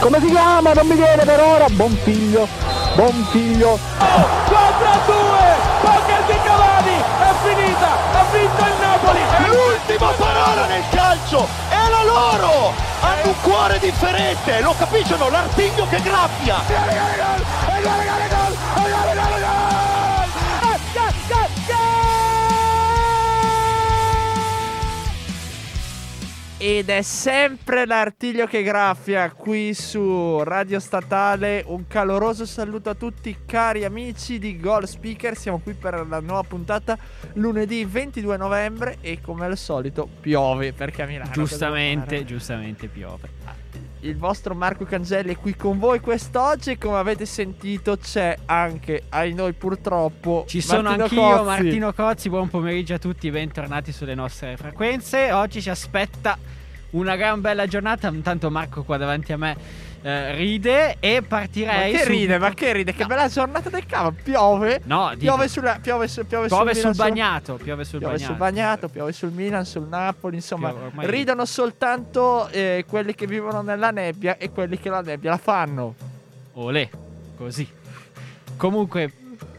come si chiama? Non mi viene per ora. Bonfiglio. 4-2, poker di Cavani, è finita, ha vinto il Napoli. È l'ultima parola nel calcio, è la loro. Hanno un cuore differente, lo capiscono, l'artiglio che graffia. Ed è sempre l'artiglio che graffia qui su Radio Statale. Un caloroso saluto a tutti cari amici di Goal Speaker. Siamo qui per la nuova puntata lunedì 22 novembre e come al solito piove perché a Milano Giustamente piove. Il vostro Marco Cangelli è qui con voi quest'oggi e come avete sentito c'è anche, ai noi purtroppo, ci sono Martino anch'io, Cozzi. Martino Cozzi, buon pomeriggio a tutti, bentornati sulle nostre frequenze. Oggi ci aspetta una gran bella giornata, intanto Marco qua davanti a me ride e partirei. Ma che ride, che No. bella giornata del cavolo, piove. No, Piove dico, piove sul bagnato, piove sul bagnato. piove sul Milan, sul Napoli, insomma, Piove, ormai ridono soltanto quelli che vivono nella nebbia e quelli che la nebbia la fanno. Olè, così. Comunque,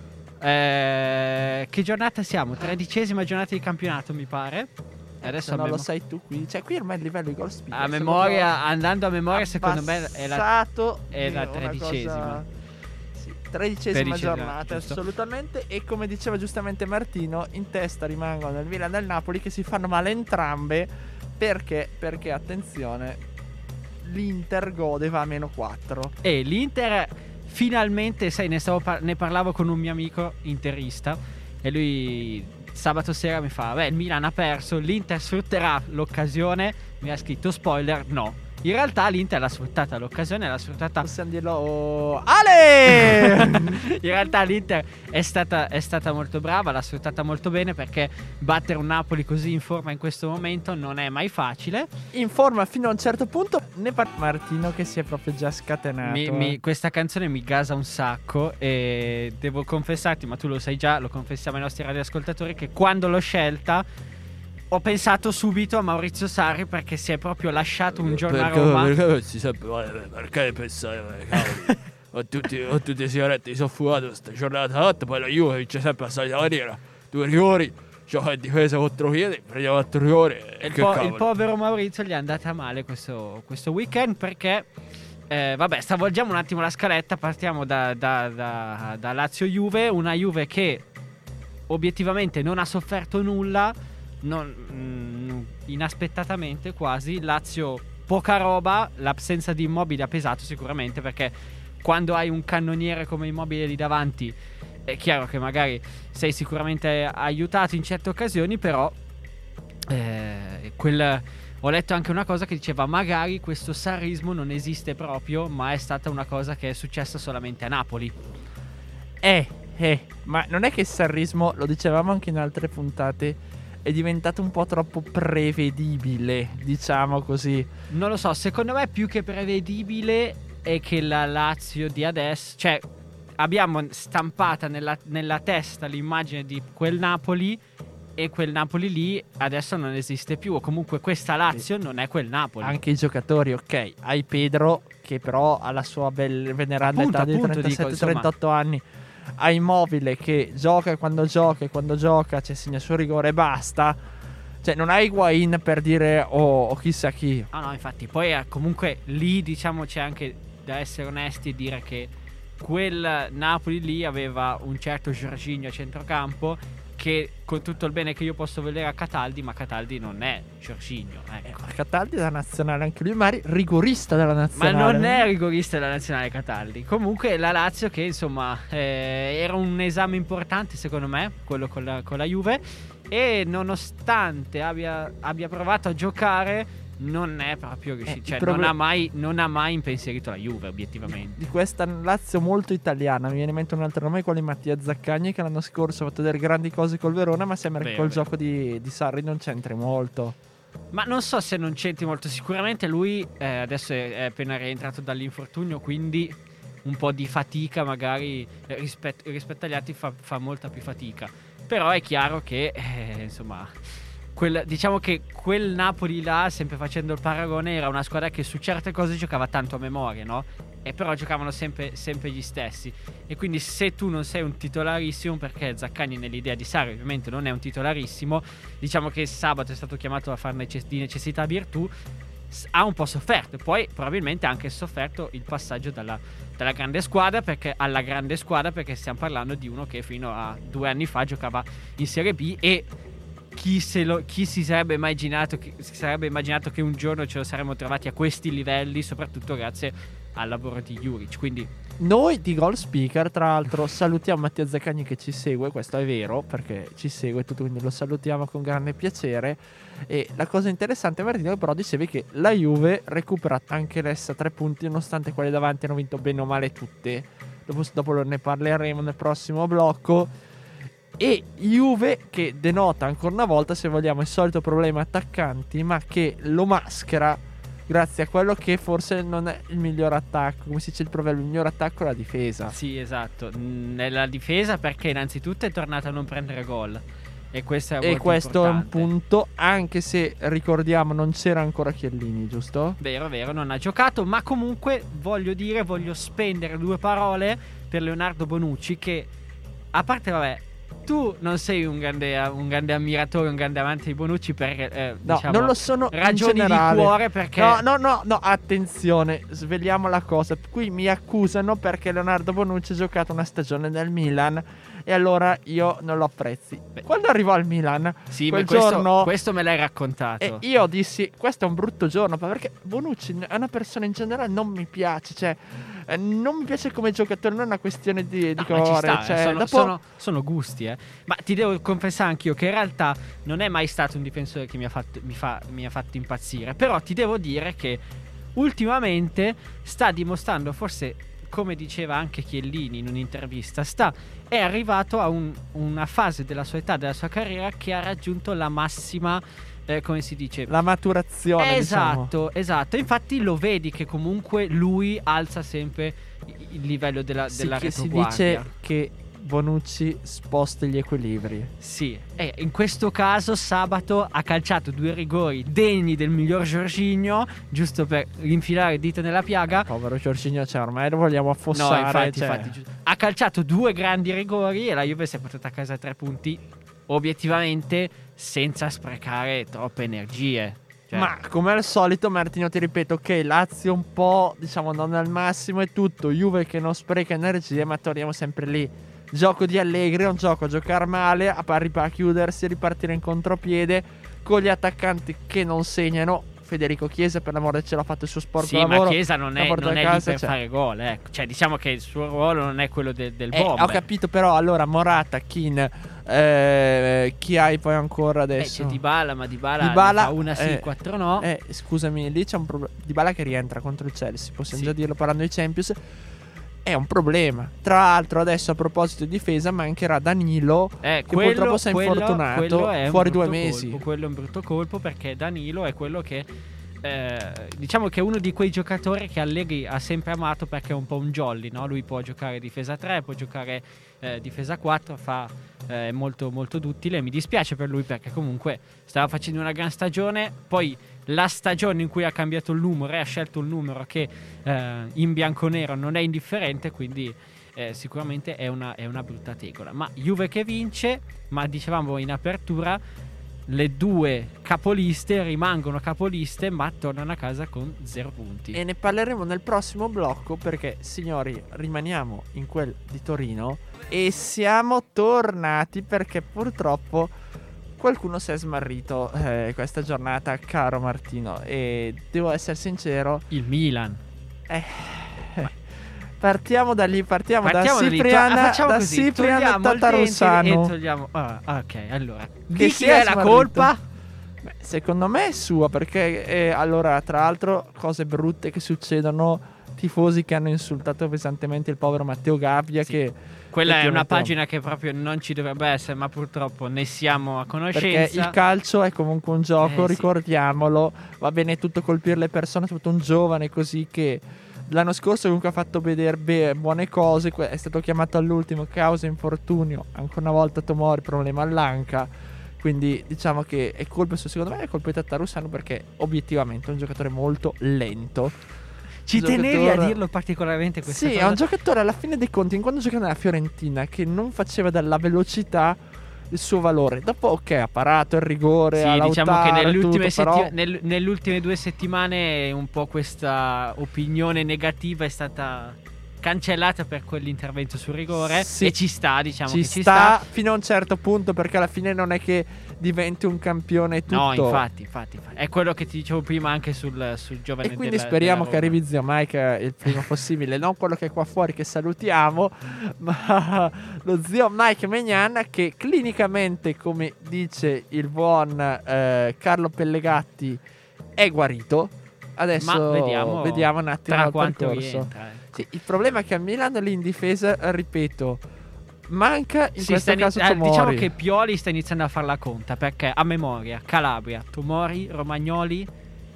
che giornata siamo? 13ª giornata di campionato, mi pare. Adesso non lo sai tu qui, cioè qui ormai il livello di Goal Speaker a memoria, andando a memoria, secondo me è la è la 13ª. Sì, 13ª 13ª, giornata, giusto. assolutamente. E come diceva giustamente Martino, in testa rimangono il Milan e il Napoli, che si fanno male entrambe perché attenzione, l'Inter gode, va a -4. E l'Inter finalmente, sai, ne parlavo con un mio amico interista e lui sabato sera mi fa: beh, il Milan ha perso, l'Inter sfrutterà l'occasione. Mi ha scritto spoiler, no. In realtà l'Inter l'ha sfruttata l'occasione, l'ha sfruttata. Possiamo dirlo, Ale! In realtà l'Inter è stata molto brava, l'ha sfruttata molto bene, perché battere un Napoli così in forma in questo momento non è mai facile. In forma fino a un certo punto. Martino che si è proprio già scatenato. Questa canzone mi gasa un sacco e devo confessarti, ma tu lo sai già, lo confessiamo ai nostri radioascoltatori, che quando l'ho scelta ho pensato subito a Maurizio Sarri, perché si è proprio lasciato un giorno a Roma. Perché pensare, cavoli, ho tutti i sigaretti, sono fugato questa giornata, poi la Juve vince sempre la solita maniera, 2 rigori, gioca in difesa contro piedi, prendiamo 4 rigori E il povero Maurizio gli è andata male questo weekend, perché vabbè, stravolgiamo un attimo la scaletta. Partiamo da Lazio-Juve, una Juve che obiettivamente non ha sofferto nulla, inaspettatamente quasi. Lazio poca roba, l'assenza di Immobile ha pesato sicuramente, perché quando hai un cannoniere come Immobile lì davanti è chiaro che magari sei sicuramente aiutato in certe occasioni, però ho letto anche una cosa che diceva: magari questo sarrismo non esiste proprio, ma è stata una cosa che è successa solamente a Napoli. Ma non è che il sarrismo, lo dicevamo anche in altre puntate, è diventato un po' troppo prevedibile, diciamo così. Non lo so, secondo me più che prevedibile è che la Lazio di adesso, cioè abbiamo stampata nella testa l'immagine di quel Napoli, e quel Napoli lì adesso non esiste più, o comunque questa Lazio non è quel Napoli. Anche i giocatori, ok, hai Pedro che però ha la sua veneranda età di 37-38 anni, ha Immobile che gioca quando gioca, cioè segna il suo rigore e basta. Cioè non hai Higuain per dire o chissà chi. No, infatti poi comunque lì, diciamo, c'è anche da essere onesti e dire che quel Napoli lì aveva un certo Jorginho a centrocampo, che con tutto il bene che io posso vedere a Cataldi, ma Cataldi non è Jorginho, ecco. Cataldi è da nazionale anche lui, magari rigorista della nazionale. Ma non è rigorista della nazionale Cataldi. Comunque la Lazio, che insomma era un esame importante secondo me, quello con la Juve, e nonostante abbia provato a giocare non è proprio riuscito, cioè non ha mai impensierito la Juve obiettivamente. Di questa Lazio molto italiana mi viene in mente un altro nome, quello di Mattia Zaccagni, che l'anno scorso ha fatto delle grandi cose col Verona, ma sembra che col gioco di Sarri non c'entri molto. Ma non so se non c'entri molto. Sicuramente lui adesso è appena rientrato dall'infortunio, quindi un po' di fatica magari rispetto agli altri fa molta più fatica. Però è chiaro che insomma diciamo che quel Napoli là, sempre facendo il paragone, era una squadra che su certe cose giocava tanto a memoria, no? E però giocavano sempre gli stessi. E quindi se tu non sei un titolarissimo, perché Zaccagni nell'idea di Sarri ovviamente non è un titolarissimo, diciamo che sabato è stato chiamato a fare di necessità virtù, ha un po' sofferto. E poi probabilmente ha anche sofferto il passaggio dalla grande squadra alla grande squadra, perché stiamo parlando di uno che fino a 2 anni fa giocava in Serie B, e chi si sarebbe immaginato che un giorno ce lo saremmo trovati a questi livelli, soprattutto grazie al lavoro di Juric. Quindi noi di Goal Speaker, tra l'altro, salutiamo Mattia Zaccagni che ci segue, questo è vero perché ci segue tutto, quindi lo salutiamo con grande piacere. E la cosa interessante, Martino, però diceva che la Juve recupera anche l'essa 3 punti, nonostante quelli davanti hanno vinto bene o male tutte. Dopo ne parleremo nel prossimo blocco. E Juve che denota ancora una volta, se vogliamo, il solito problema attaccanti, ma che lo maschera grazie a quello che forse non è il miglior attacco. Come si dice il proverbio, il miglior attacco è la difesa. Sì, esatto, nella difesa, perché innanzitutto è tornato a non prendere gol, e questo è questo è un punto, anche se ricordiamo non c'era ancora Chiellini, giusto? Vero, non ha giocato. Ma comunque voglio spendere 2 parole per Leonardo Bonucci, che a parte, vabbè, tu non sei un grande ammiratore, un grande amante di Bonucci, perché no, diciamo, non lo sono ragioni in di cuore, perché no, attenzione, sveliamo la cosa. Qui mi accusano perché Leonardo Bonucci ha giocato una stagione nel Milan e allora io non lo apprezzi. Quando arrivò al Milan, sì, quel ma giorno, questo me l'hai raccontato, e io dissi questo è un brutto giorno, perché Bonucci è una persona, in generale non mi piace, cioè non mi piace come giocatore, non è una questione di colore, sono gusti, Ma ti devo confessare anch'io che in realtà non è mai stato un difensore che mi ha fatto impazzire. Però ti devo dire che ultimamente sta dimostrando, forse come diceva anche Chiellini in un'intervista, è arrivato a una fase della sua età, della sua carriera, che ha raggiunto la massima, come si dice, la maturazione, esatto. Infatti lo vedi che comunque lui alza sempre il livello della retaguardia. Si dice che Bonucci sposta gli equilibri. Sì, e in questo caso sabato ha calciato 2 rigori degni del miglior Jorginho, giusto per infilare il dito nella piaga. Povero Jorginho, cioè ormai lo vogliamo affossare. No, infatti ha calciato 2 grandi rigori e la Juve si è portata a casa 3 punti, obiettivamente senza sprecare troppe energie. Cioè, ma come al solito, Martino, ti ripeto, ok, Lazio un po', diciamo, non al massimo e tutto, Juve che non spreca energie, ma torniamo sempre lì. Gioco di Allegri è un gioco a giocare male, a chiudersi, a ripartire in contropiede, con gli attaccanti che non segnano. Federico Chiesa, per l'amore, ce l'ha fatto il suo sporco lavoro. Ma Chiesa non è lì per fare gol, ecco. Cioè, diciamo che il suo ruolo non è quello del bomber. Ho capito, però allora Morata, Kean, chi hai poi ancora adesso? C'è Dybala, ma Dybala fa una sì, 4 no. Scusami, lì c'è un problema. Dybala che rientra contro il Chelsea, possiamo già dirlo parlando di Champions. È un problema. Tra l'altro adesso, a proposito di difesa, mancherà Danilo, che purtroppo si è infortunato, fuori 2 mesi. Quello è un brutto colpo, perché Danilo è quello che diciamo che è uno di quei giocatori che Allegri ha sempre amato, perché è un po' un jolly, no? Lui può giocare difesa 3, può giocare difesa 4, è molto molto duttile. Mi dispiace per lui, perché comunque stava facendo una gran stagione. Poi la stagione in cui ha cambiato il numero e ha scelto un numero che in bianconero non è indifferente, quindi sicuramente è una brutta tegola. Ma Juve che vince, ma dicevamo in apertura, le 2 capoliste rimangono capoliste, ma tornano a casa con 0 punti. E ne parleremo nel prossimo blocco, perché, signori, rimaniamo in quel di Torino e siamo tornati perché purtroppo qualcuno si è smarrito questa giornata, caro Martino, e devo essere sincero, il Milan. Partiamo da lì, da Cipriana, da Cipriana Tatarussano. E togliamo. Ok, allora, di chi è la colpa? Beh, secondo me è sua, perché allora, tra l'altro, cose brutte che succedono, tifosi che hanno insultato pesantemente il povero Matteo Gabbia, sì. Che quella è una pagina che proprio non ci dovrebbe essere, ma purtroppo ne siamo a conoscenza. Perché il calcio è comunque un gioco, ricordiamolo. Va bene tutto colpire le persone, soprattutto un giovane così che l'anno scorso comunque ha fatto vedere buone cose. È stato chiamato all'ultimo causa infortunio, ancora una volta Tomori, problema all'anca. quindi diciamo che è colpa, secondo me è colpa di Tatarusanu, perché obiettivamente è un giocatore molto lento. Ci tenevi a dirlo particolarmente questa cosa? Sì, è un giocatore alla fine dei conti, in quando giocava nella Fiorentina, che non faceva dalla velocità il suo valore. Dopo ha parato il rigore, sì, diciamo che però... nelle ultime 2 settimane un po' questa opinione negativa è stata cancellata per quell'intervento sul rigore. Sì. E ci sta, diciamo ci che ci sta fino a un certo punto, perché alla fine non è che diventi un campione tutto. No, infatti è quello che ti dicevo prima anche sul giovane. E quindi speriamo che arrivi zio Mike il prima possibile, non quello che è qua fuori che salutiamo, ma lo zio Mike Maignan, che clinicamente, come dice il buon Carlo Pellegatti, è guarito. Adesso ma vediamo un attimo tra il quanto percorso. rientra. Sì, il problema è che a Milan lì in difesa, ripeto, manca in questo caso Tomori. Diciamo che Pioli sta iniziando a far la conta, perché a memoria Calabria, Tomori, Romagnoli,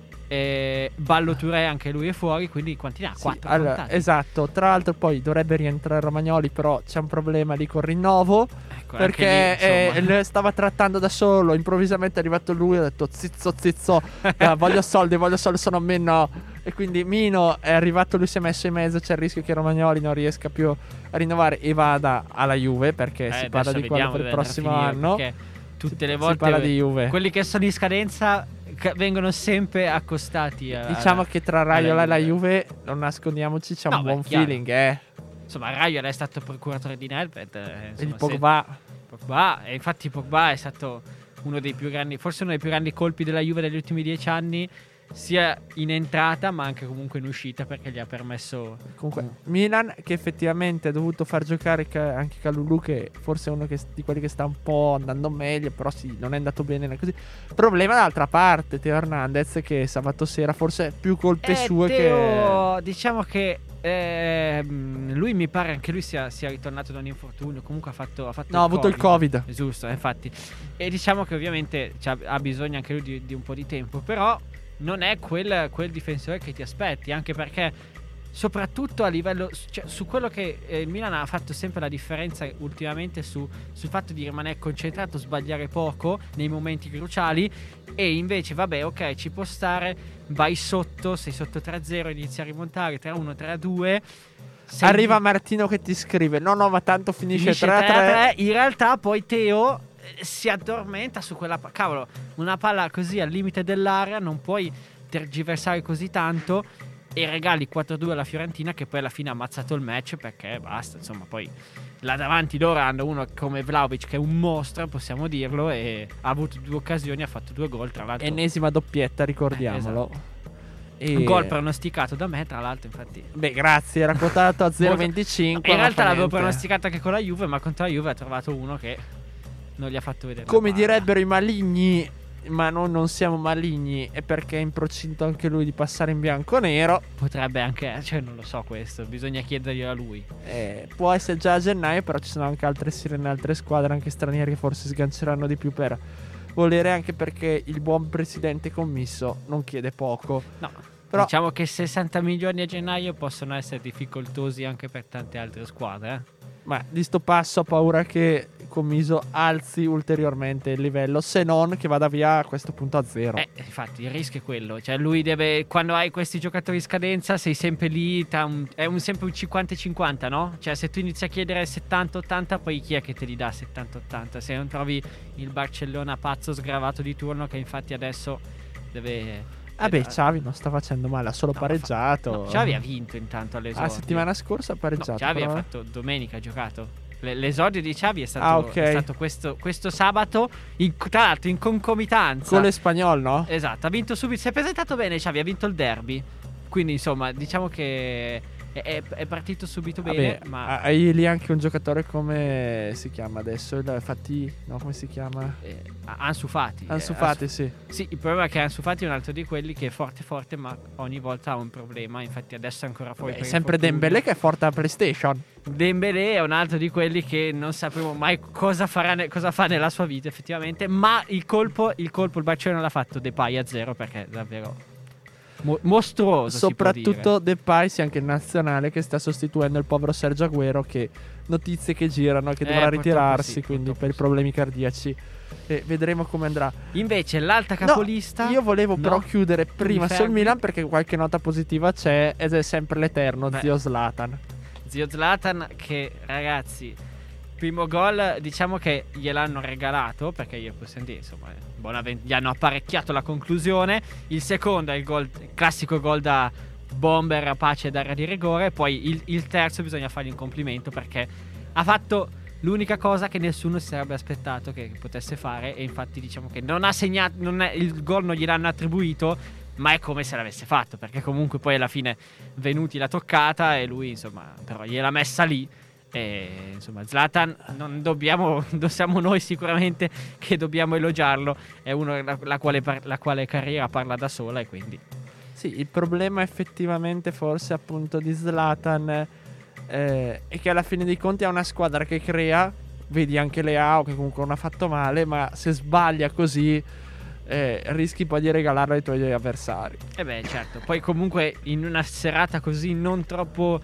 Ballo Touré anche lui è fuori, quindi quanti ne ha? 4 allora, esatto. Tra l'altro poi dovrebbe rientrare Romagnoli, però c'è un problema lì col rinnovo, perché lì, stava trattando da solo, improvvisamente è arrivato lui, ha detto zizzo voglio soldi, sono meno. E quindi Mino è arrivato, lui si è messo in mezzo, c'è il rischio che Romagnoli non riesca più a rinnovare e vada alla Juve, perché si parla di quello per il prossimo anno. Tutte le volte si parla di Juve. Quelli che sono in scadenza vengono sempre accostati diciamo che tra Raiola e la Juve, non nascondiamoci, c'è un buon feeling, Insomma, Raiola è stato procuratore di Nedved, e di Pogba. E infatti Pogba è stato uno dei più grandi, forse uno dei più grandi colpi della Juve degli ultimi 10 anni, sia in entrata ma anche comunque in uscita, perché gli ha permesso. Comunque Milan che effettivamente ha dovuto far giocare anche Kalulu, che forse è uno di quelli che sta un po' andando meglio, però sì, non è andato bene così. Problema dall'altra parte, Teo Hernandez, che sabato sera forse più colpe sue Teo, diciamo che lui mi pare anche lui sia ritornato da un infortunio, comunque ha fatto ha avuto il Covid. Giusto, infatti. E diciamo che ovviamente ha bisogno anche lui di un po' di tempo, però non è quel difensore che ti aspetti, anche perché soprattutto a livello, cioè, su quello che il Milan ha fatto sempre la differenza ultimamente sul fatto di rimanere concentrato, sbagliare poco nei momenti cruciali, e invece vabbè, ok, ci può stare, vai sotto, sei sotto 3-0, inizi a rimontare 3-1, 3-2, arriva Martino che ti scrive no ma tanto finisce 3-3. In realtà poi Teo si addormenta su quella cavolo, una palla così al limite dell'area, non puoi tergiversare così tanto, e regali 4-2 alla Fiorentina, che poi alla fine ha ammazzato il match, perché basta, insomma, poi là davanti loro hanno uno come Vlahovic che è un mostro, possiamo dirlo, e ha avuto 2 occasioni, ha fatto 2 gol, tra l'altro ennesima doppietta, ricordiamolo. Esatto. Un gol pronosticato da me, tra l'altro, infatti. Beh, grazie, era quotato a 0,25. In realtà l'avevo pronosticato anche con la Juve, ma contro la Juve ha trovato uno che non gli ha fatto vedere. Come direbbero i maligni, ma noi non siamo maligni, è perché è in procinto anche lui di passare in bianco-nero. Potrebbe anche, cioè non lo so, questo bisogna chiederglielo a lui. Può essere già a gennaio, però ci sono anche altre sirene, altre squadre, anche straniere, che forse sganceranno di più per volere, anche perché il buon presidente commisso non chiede poco. No, però diciamo che 60 milioni a gennaio possono essere difficoltosi anche per tante altre squadre, Ma di sto passo ho paura che Commiso alzi ulteriormente il livello, se non che vada via a questo punto a 0. Infatti il rischio è quello, cioè lui deve, quando hai questi giocatori in scadenza sei sempre lì, sempre un 50-50, no? Cioè se tu inizi a chiedere 70-80, poi chi è che te li dà 70-80? Se non trovi il Barcellona pazzo sgravato di turno, che infatti adesso deve... Vabbè, Xavi non sta facendo male, ha solo pareggiato. Xavi ha vinto intanto all'esordio. La settimana scorsa ha pareggiato. Xavi ha fatto domenica, ha giocato. L'esordio di Xavi è stato questo sabato, tra l'altro in concomitanza con l'Espagnol, no? Esatto, ha vinto subito, si è presentato bene Xavi, ha vinto il derby. Quindi insomma diciamo che è partito subito bene. Vabbè, ma hai lì anche un giocatore, come si chiama adesso? No, come si chiama? Ansu Fati. Ansu Fati, sì. Sì, il problema è che Ansu Fati è un altro di quelli che è forte, ma ogni volta ha un problema. Infatti adesso è ancora fuori. È sempre Dembélé che è forte alla PlayStation. Dembélé è un altro di quelli che non sapremo mai cosa fa nella sua vita effettivamente. Ma il colpo il Barcellona l'ha fatto Depay a 0, perché davvero mostruoso. Soprattutto Depay, sia anche il nazionale, che sta sostituendo il povero Sergio Agüero, che notizie che girano, che dovrà ritirarsi, sì, quindi per i problemi cardiaci. E vedremo come andrà. Invece l'alta capolista, io volevo però chiudere prima sul Milan, perché qualche nota positiva c'è, ed è sempre l'eterno zio Zlatan. Zio Zlatan, che ragazzi, primo gol diciamo che gliel'hanno regalato, perché io possiamo dire insomma gli hanno apparecchiato la conclusione. Il secondo è il classico gol da bomber Apache d'area di rigore. Poi il terzo bisogna fargli un complimento, perché ha fatto l'unica cosa che nessuno si sarebbe aspettato che potesse fare, e infatti diciamo che non ha segnato, il gol non gliel'hanno attribuito, ma è come se l'avesse fatto, perché comunque poi alla fine Venuti l'ha toccata e lui insomma però gliel'ha messa lì. E insomma Zlatan non siamo noi sicuramente che dobbiamo elogiarlo, è uno la quale carriera parla da sola, e quindi sì, il problema effettivamente forse appunto di Zlatan è che alla fine dei conti è una squadra che crea, vedi anche Leao che comunque non ha fatto male, ma se sbaglia così rischi poi di regalarlo ai tuoi avversari. E beh certo, poi comunque in una serata così non troppo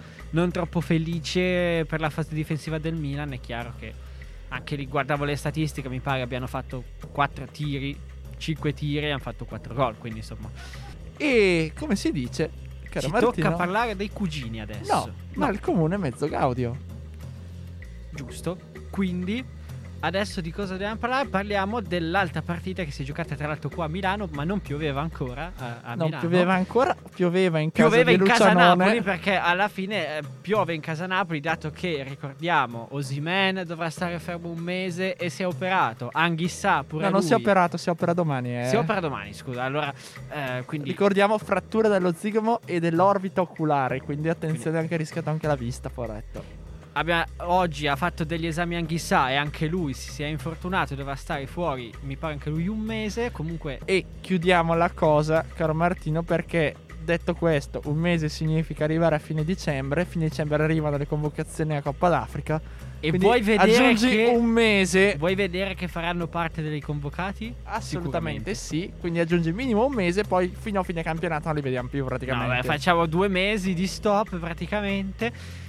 felice per la fase difensiva del Milan, è chiaro che anche lì guardavo le statistiche, mi pare abbiano fatto 4 tiri, 5 tiri e hanno fatto 4 gol, quindi insomma. E come si dice, caro Martino, tocca parlare dei cugini adesso. No, ma il comune mezzo Gaudio. Giusto, quindi adesso di cosa dobbiamo parlare? Parliamo dell'altra partita che si è giocata tra l'altro qua a Milano, ma non pioveva ancora a Milano. Pioveva in casa di casa Lucianone. Napoli, perché alla fine piove in casa Napoli, dato che ricordiamo Osimhen dovrà stare fermo un mese e si è operato. Anghissà pure no, non lui. si è operato, si opera domani. Si opera domani, scusa. Allora, quindi ricordiamo frattura dello zigomo e dell'orbita oculare, quindi attenzione, anche rischiato anche la vista, poveretto. Oggi ha fatto degli esami Anghissà e anche lui si è infortunato e dovrà stare fuori, mi pare anche lui un mese. Comunque, e chiudiamo la cosa, caro Martino, perché detto questo, un mese significa arrivare a fine dicembre arrivano le convocazioni a Coppa d'Africa, e vuoi vedere aggiungi che un mese. Vuoi vedere che faranno parte dei convocati? Assolutamente sì, quindi aggiungi minimo un mese, poi fino a fine campionato non li vediamo più praticamente. No, facciamo 2 mesi di stop praticamente.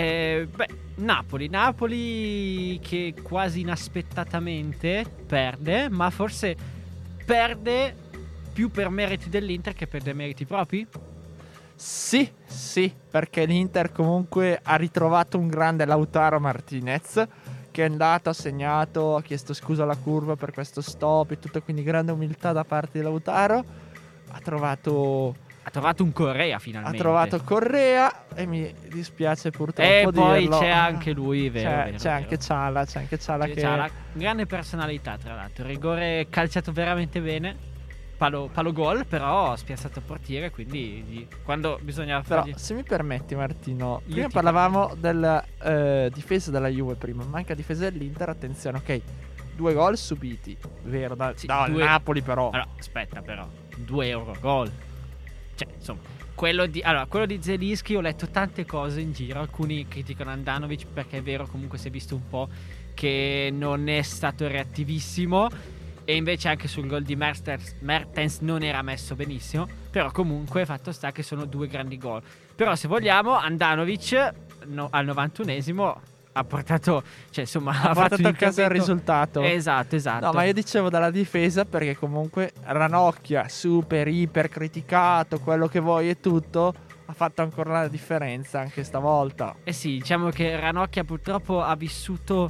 Napoli che quasi inaspettatamente perde, ma forse perde più per meriti dell'Inter che per demeriti propri? Sì, perché l'Inter comunque ha ritrovato un grande Lautaro Martinez, che è andato, ha segnato, ha chiesto scusa alla curva per questo stop e tutto, quindi grande umiltà da parte di Lautaro. Ha trovato un Correa finalmente. Ha trovato Correa e mi dispiace purtroppo dirlo. E poi dirlo. c'è anche lui, vero. C'è anche Ciala che ha la grande personalità, tra l'altro. Rigore calciato veramente bene. Palo gol, però spiazzato il portiere, quindi quando bisogna fargli... Però se mi permetti Martino, prima parlavamo della difesa della Juve, prima manca difesa dell'Inter, attenzione, ok, 2 gol subiti, vero, da Napoli però. Allora, aspetta però, 2 euro gol. Cioè, insomma, quello di Zelinski, ho letto tante cose in giro. Alcuni criticano Andanovic perché è vero, comunque si è visto un po' che non è stato reattivissimo, e invece anche sul gol di Mertens non era messo benissimo. Però comunque fatto sta che sono 2 grandi gol. Però se vogliamo, Andanovic al 91esimo ha portato, cioè insomma ha portato a casa il risultato. Esatto. No, ma io dicevo dalla difesa, perché comunque Ranocchia, super iper criticato, quello che vuoi e tutto, ha fatto ancora la differenza anche stavolta. Eh sì, diciamo che Ranocchia purtroppo ha vissuto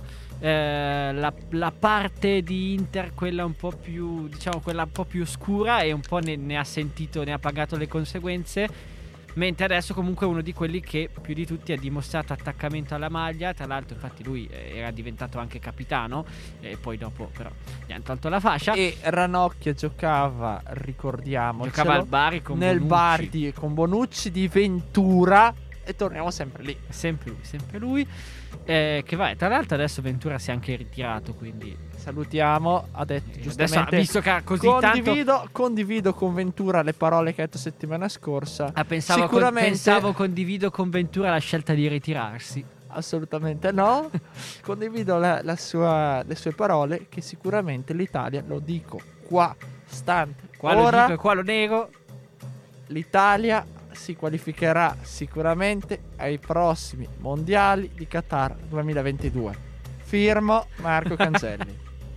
la parte di Inter, quella un po' più, diciamo, quella un po' più oscura, e un po' ne ha pagato le conseguenze. Mentre adesso comunque è uno di quelli che più di tutti ha dimostrato attaccamento alla maglia. Tra l'altro infatti lui era diventato anche capitano, e poi dopo però gli hanno tolto la fascia. E Ranocchia giocava, ricordiamocelo, giocava al Bari con nel Bonucci. Con Bonucci di Ventura. E torniamo sempre lì. Sempre lui. Che vai, tra l'altro adesso Ventura si è anche ritirato, quindi salutiamo. Ha detto giustamente, adesso, visto che ha così condivido con Ventura le parole che ha detto settimana scorsa. Pensavo condivido con Ventura la scelta di ritirarsi. Assolutamente no. Condivido le sue parole, che sicuramente l'Italia, lo dico qua stante qua ora, lo dico e qua lo nego, l'Italia si qualificherà sicuramente ai prossimi mondiali di Qatar 2022. Firmo Marco Cancelli.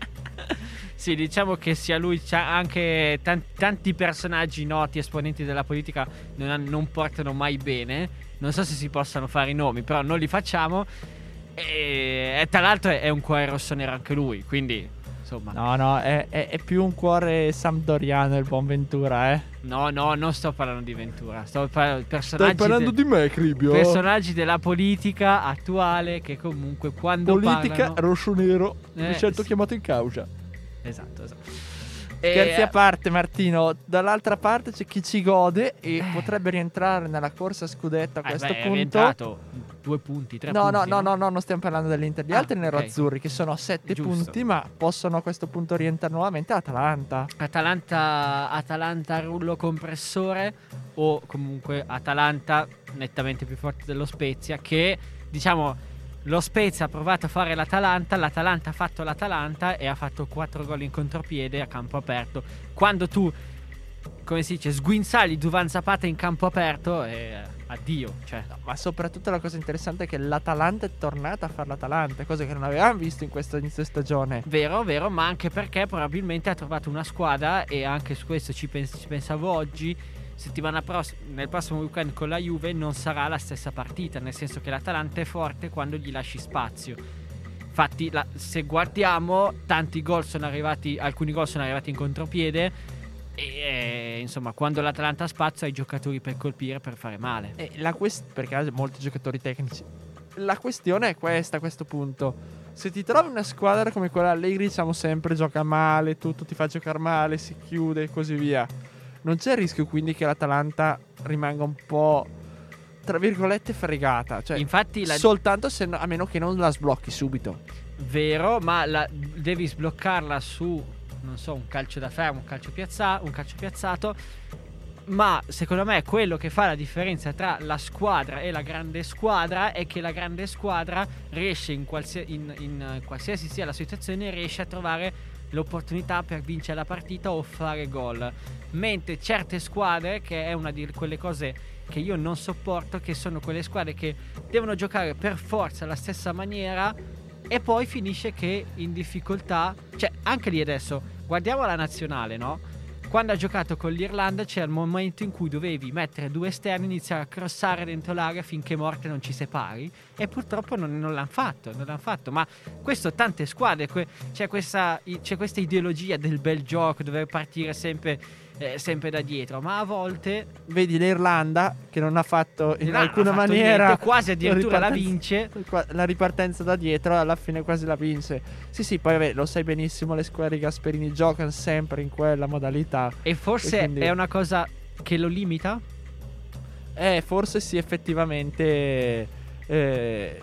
Sì, diciamo che sia lui, c'ha anche tanti personaggi noti, esponenti della politica, non portano mai bene. Non so se si possano fare i nomi, però non li facciamo. E tra l'altro è un cuore rossonero anche lui, quindi insomma. No, è più un cuore sampdoriano il buon Ventura, No, non sto parlando di Ventura, sto parlando di personaggi. Stai parlando di me, Cribio? Personaggi della politica attuale che comunque quando politica parlano... rossonero, di certo sì. chiamato in causa. Esatto. Scherzi a parte, Martino, dall'altra parte c'è chi ci gode e potrebbe rientrare nella corsa scudetto a questo punto. È rientrato 2 punti, 3 punti. No, non stiamo parlando dell'Inter. Gli altri nero-azzurri che sono a 7 punti, ma possono a questo punto rientrare nuovamente Atalanta. Atalanta rullo compressore, o comunque Atalanta nettamente più forte dello Spezia, che diciamo lo Spezia ha provato a fare l'Atalanta ha fatto l'Atalanta e ha fatto 4 gol in contropiede a campo aperto. Quando tu, come si dice, sguinzagli Duvan Zapata in campo aperto, addio, cioè. No, ma soprattutto la cosa interessante è che l'Atalanta è tornata a fare l'Atalanta, cosa che non avevamo visto in questo inizio stagione. Vero, ma anche perché probabilmente ha trovato una squadra, e anche su questo ci pensavo oggi. Nel prossimo weekend con la Juve non sarà la stessa partita, nel senso che l'Atalanta è forte quando gli lasci spazio. Infatti se guardiamo, tanti gol sono arrivati, alcuni gol sono arrivati in contropiede, e insomma quando l'Atalanta ha spazio ha i giocatori per colpire, per fare male. Perché ha molti giocatori tecnici. La questione è questa a questo punto: se ti trovi una squadra come quella Allegri, diciamo sempre gioca male, tutto ti fa giocare male, si chiude e così via, non c'è il rischio quindi che l'Atalanta rimanga un po', tra virgolette, fregata? Cioè, infatti soltanto a meno che non la sblocchi subito. Vero, ma devi sbloccarla su, non so, un calcio da fermo, un calcio piazzato. Ma secondo me quello che fa la differenza tra la squadra e la grande squadra è che la grande squadra riesce in qualsiasi sia la situazione, riesce a trovare l'opportunità per vincere la partita o fare gol, mentre certe squadre, che è una di quelle cose che io non sopporto, che sono quelle squadre che devono giocare per forza alla stessa maniera e poi finisce che in difficoltà, cioè anche lì adesso guardiamo la nazionale, no? Quando ha giocato con l'Irlanda c'era il momento in cui dovevi mettere 2 esterni, iniziare a crossare dentro l'area finché morte non ci separi, e purtroppo non l'hanno fatto. Ma questo tante squadre, c'è questa ideologia del bel gioco, dover partire sempre da dietro, ma a volte vedi l'Irlanda che non ha fatto in alcuna maniera niente, quasi addirittura la vince, la ripartenza da dietro alla fine quasi la vince. Sì, poi lo sai benissimo, le squadre Gasperini giocano sempre in quella modalità, e forse quindi è una cosa che lo limita? Forse sì, effettivamente è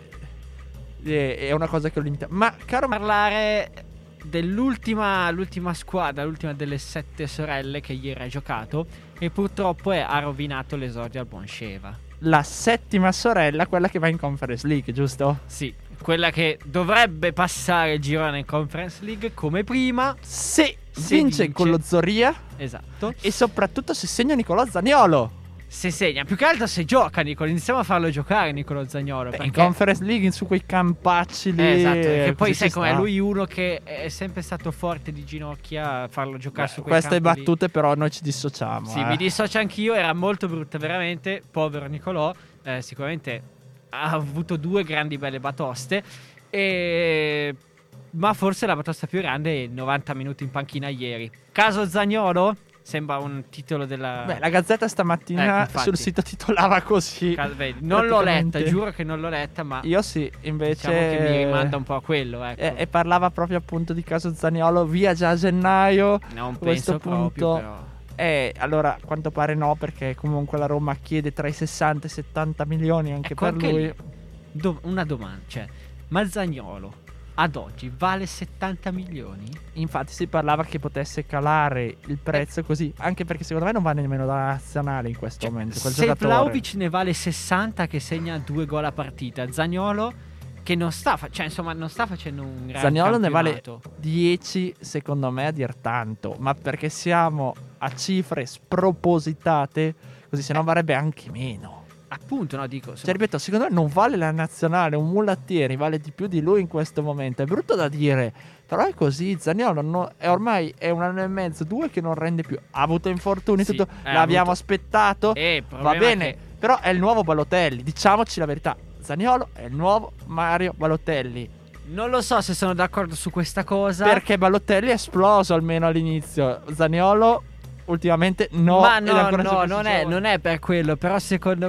una cosa che lo limita. Ma caro, parlare dell'ultima squadra, l'ultima delle 7 sorelle che ieri ha giocato e purtroppo ha rovinato l'esordio al Boncheva. La 7ª sorella, quella che va in Conference League, giusto? Sì, quella che dovrebbe passare il girone in Conference League come prima, se vince con lo Zoria. Esatto. E soprattutto se segna Nicolò Zaniolo. Se segna, più che altro se gioca Nicolò, iniziamo a farlo giocare Nicolò Zaniolo, perché in Conference League su quei campacci lì. Esatto, che poi sai com'è, lui uno che è sempre stato forte di ginocchia, farlo giocare su quei queste campi battute lì. Però noi ci dissociamo. Sì, mi dissocio anch'io, era molto brutta veramente, povero Nicolò. Sicuramente ha avuto 2 grandi belle batoste, ma forse la batosta più grande è 90 minuti in panchina ieri. Caso Zaniolo? Sembra un titolo della... la Gazzetta stamattina sul sito titolava così. Non l'ho letta, giuro che non l'ho letta, ma io sì, invece diciamo che mi rimanda un po' a quello, ecco. E parlava proprio appunto di caso Zaniolo, via già a gennaio. Non penso proprio, però. Allora, a quanto pare no, perché comunque la Roma chiede tra i 60 e 70 milioni anche per lui. Una domanda, cioè, ma Zaniolo ad oggi vale 70 milioni? Infatti si parlava che potesse calare il prezzo così, anche perché secondo me non va nemmeno da nazionale in questo momento quel se giocatore. Vlahovic ne vale 60 che segna 2 gol a partita, Zaniolo che non sta facendo un grande Zaniolo campionato. ne vale 10 secondo me, a dir tanto, ma perché siamo a cifre spropositate, così se no varrebbe anche meno. Appunto, no, dico. Cioè, ripeto, secondo me non vale la nazionale, un mulattieri vale di più di lui in questo momento. È brutto da dire, però è così. Zaniolo è ormai è 1 anno e mezzo, 2 che non rende più. Ha avuto infortuni, Sì, tutto. L'abbiamo aspettato. Va bene, però è il nuovo Balotelli. Diciamoci la verità. Zaniolo è il nuovo Mario Balotelli. Non lo so se sono d'accordo su questa cosa. Perché Balotelli è esploso almeno all'inizio. Zaniolo ultimamente no. Ma no, non è per quello. Però secondo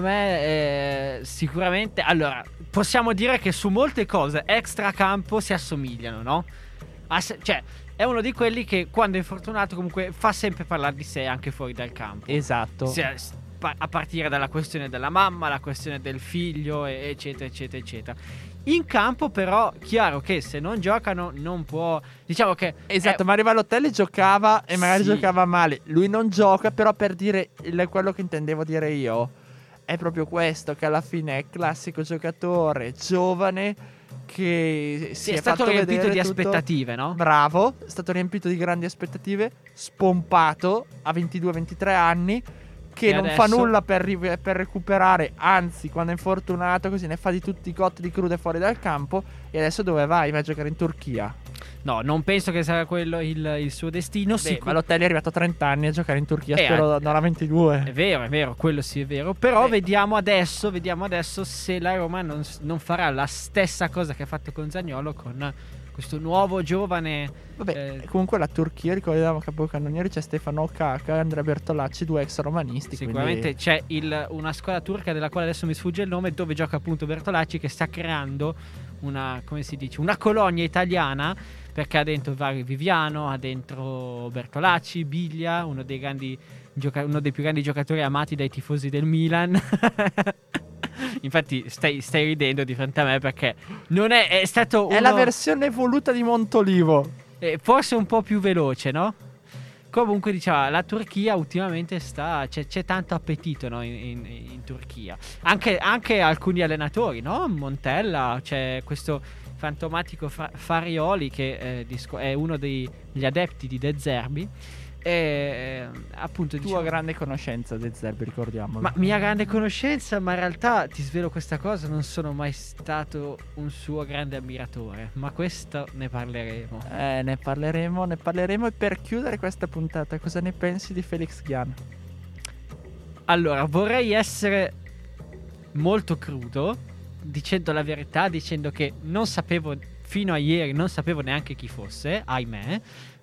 me sicuramente. Allora, possiamo dire che su molte cose extracampo si assomigliano, no? Cioè, è uno di quelli che quando è infortunato comunque fa sempre parlare di sé anche fuori dal campo. Esatto. A partire dalla questione della mamma, la questione del figlio, eccetera, eccetera, eccetera. In campo però, chiaro che se non giocano non può. Diciamo che esatto, Mario Balotelli giocava e magari giocava male. Lui non gioca, però per dire quello che intendevo dire io è proprio questo, che alla fine è classico giocatore giovane che si è stato fatto riempito di tutto. Aspettative, no? Bravo, è stato riempito di grandi aspettative, spompato a 22-23 anni, che non adesso fa nulla per recuperare, anzi quando è infortunato così ne fa di tutti i cotti di crude fuori dal campo. E adesso dove vai? Vai a giocare in Turchia? No, non penso che sarà quello il suo destino. Balotelli è arrivato a 30 anni a giocare in Turchia, spero non a 22. È vero, quello sì è vero. Però vediamo adesso se la Roma non farà la stessa cosa che ha fatto con Zaniolo, con questo nuovo giovane. Vabbè, comunque la Turchia, ricordiamo che a capocannonieri c'è Stefano Caca e Andrea Bertolacci, 2 ex romanisti. Sicuramente c'è una squadra turca della quale adesso mi sfugge il nome, dove gioca appunto Bertolacci, che sta creando una colonia italiana, perché ha dentro vari Viviano, ha dentro Bertolacci, Biglia, uno dei più grandi giocatori amati dai tifosi del Milan. Infatti stai ridendo di fronte a me, perché non è stato è la versione evoluta di Montolivo, forse un po' più veloce, no? Comunque diciamo, la Turchia ultimamente c'è tanto appetito, no? in Turchia, anche alcuni allenatori, no? Montella, c'è questo fantomatico Farioli che è uno degli adepti di De Zerbi. E appunto tua grande conoscenza De Zerbi, ricordiamolo. Ma mia grande conoscenza, ma in realtà ti svelo questa cosa, non sono mai stato un suo grande ammiratore, ma questo ne parleremo. Ne parleremo. E per chiudere questa puntata, cosa ne pensi di Felix Gian? Allora, vorrei essere molto crudo, dicendo la verità, dicendo che non sapevo fino a ieri, non sapevo neanche chi fosse, ahimè.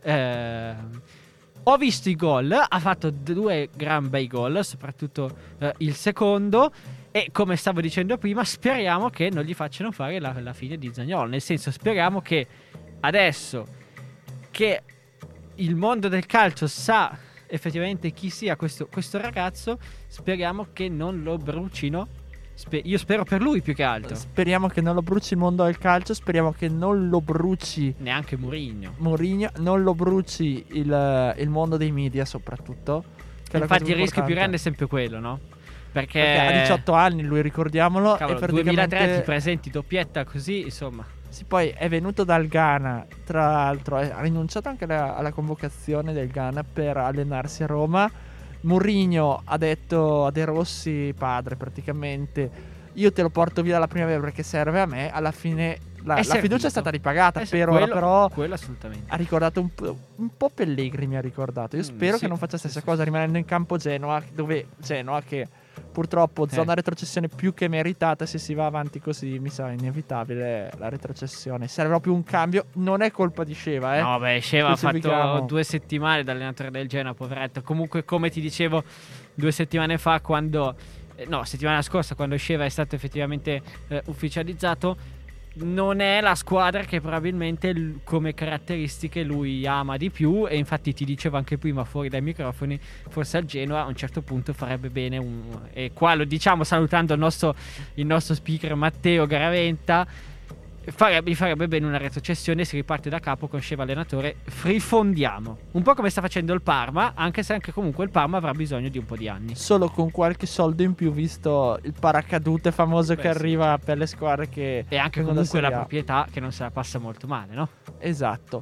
Ho visto i gol, ha fatto 2 gran bei gol, soprattutto il secondo. E come stavo dicendo prima, speriamo che non gli facciano fare la fine di Zaniolo. Nel senso, speriamo che adesso che il mondo del calcio sa effettivamente chi sia questo ragazzo, speriamo che non lo brucino. Io spero per lui più che altro. Speriamo che non lo bruci il mondo del calcio. Speriamo che non lo bruci neanche Mourinho. Non lo bruci il mondo dei media, soprattutto. Infatti il rischio più grande è sempre quello, no? Perché ha 18 anni lui, ricordiamolo. Cavolo, e praticamente 2003 ti presenti doppietta così, insomma. Sì, poi è venuto dal Ghana, tra l'altro ha rinunciato anche alla convocazione del Ghana per allenarsi a Roma. Mourinho ha detto a De Rossi, padre praticamente, io te lo porto via dalla primavera perché serve a me. Alla fine la fiducia è stata ripagata per ora, però quello assolutamente. Ha ricordato un po' Pellegrini, mi ha ricordato. Io spero che non faccia la stessa cosa, rimanendo in campo Genoa che purtroppo zona retrocessione più che meritata. Se si va avanti così mi sa inevitabile la retrocessione. Serve proprio un cambio. Non è colpa di Sheva, No, beh, Sheva ha fatto 2 settimane da allenatore del Genoa, poveretto. Comunque, come ti dicevo 2 settimane fa, settimana scorsa, quando Sheva è stato effettivamente ufficializzato, non è la squadra che probabilmente come caratteristiche lui ama di più. E infatti ti dicevo anche prima fuori dai microfoni, forse al Genoa a un certo punto farebbe bene e qua lo diciamo salutando il nostro speaker Matteo Garaventa, gli farebbe bene una retrocessione. Si riparte da capo con Sheva allenatore, rifondiamo un po' come sta facendo il Parma, anche se anche comunque il Parma avrà bisogno di un po' di anni, solo con qualche soldo in più, visto il paracadute famoso che arriva per le squadre che e anche comunque la proprietà che non se la passa molto male, no? Esatto.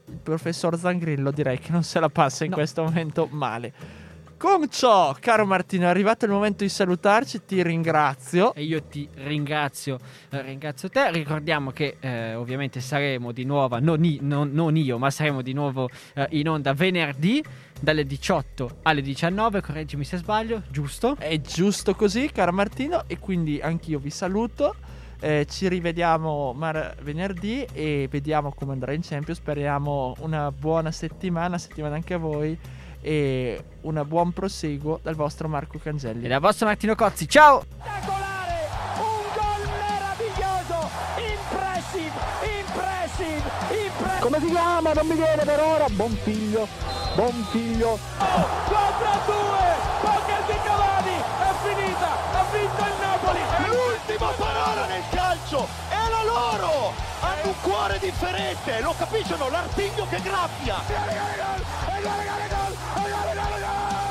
il professor Zangrillo direi che non se la passa in questo momento male. Con ciò, caro Martino, è arrivato il momento di salutarci, ti ringrazio. E io ti ringrazio te. Ricordiamo che ovviamente saremo di nuovo, non io, ma saremo di nuovo in onda venerdì dalle 18 alle 19, correggimi se sbaglio, giusto? È giusto così, caro Martino, e quindi anch'io vi saluto. Ci rivediamo venerdì e vediamo come andrà in Champions. Speriamo una buona settimana anche a voi e un buon proseguo dal vostro Marco Cangelli e dal vostro Martino Cozzi. Ciao! Spettacolare, un gol meraviglioso, impressive. Come si chiama? Non mi viene per ora. Buon figlio. 4-2, poker di Cavani, è finita, ha vinto il Napoli. L'ultima parola nel calcio è la loro, hanno un cuore differente, lo capiscono, l'artiglio che graffia. Gol!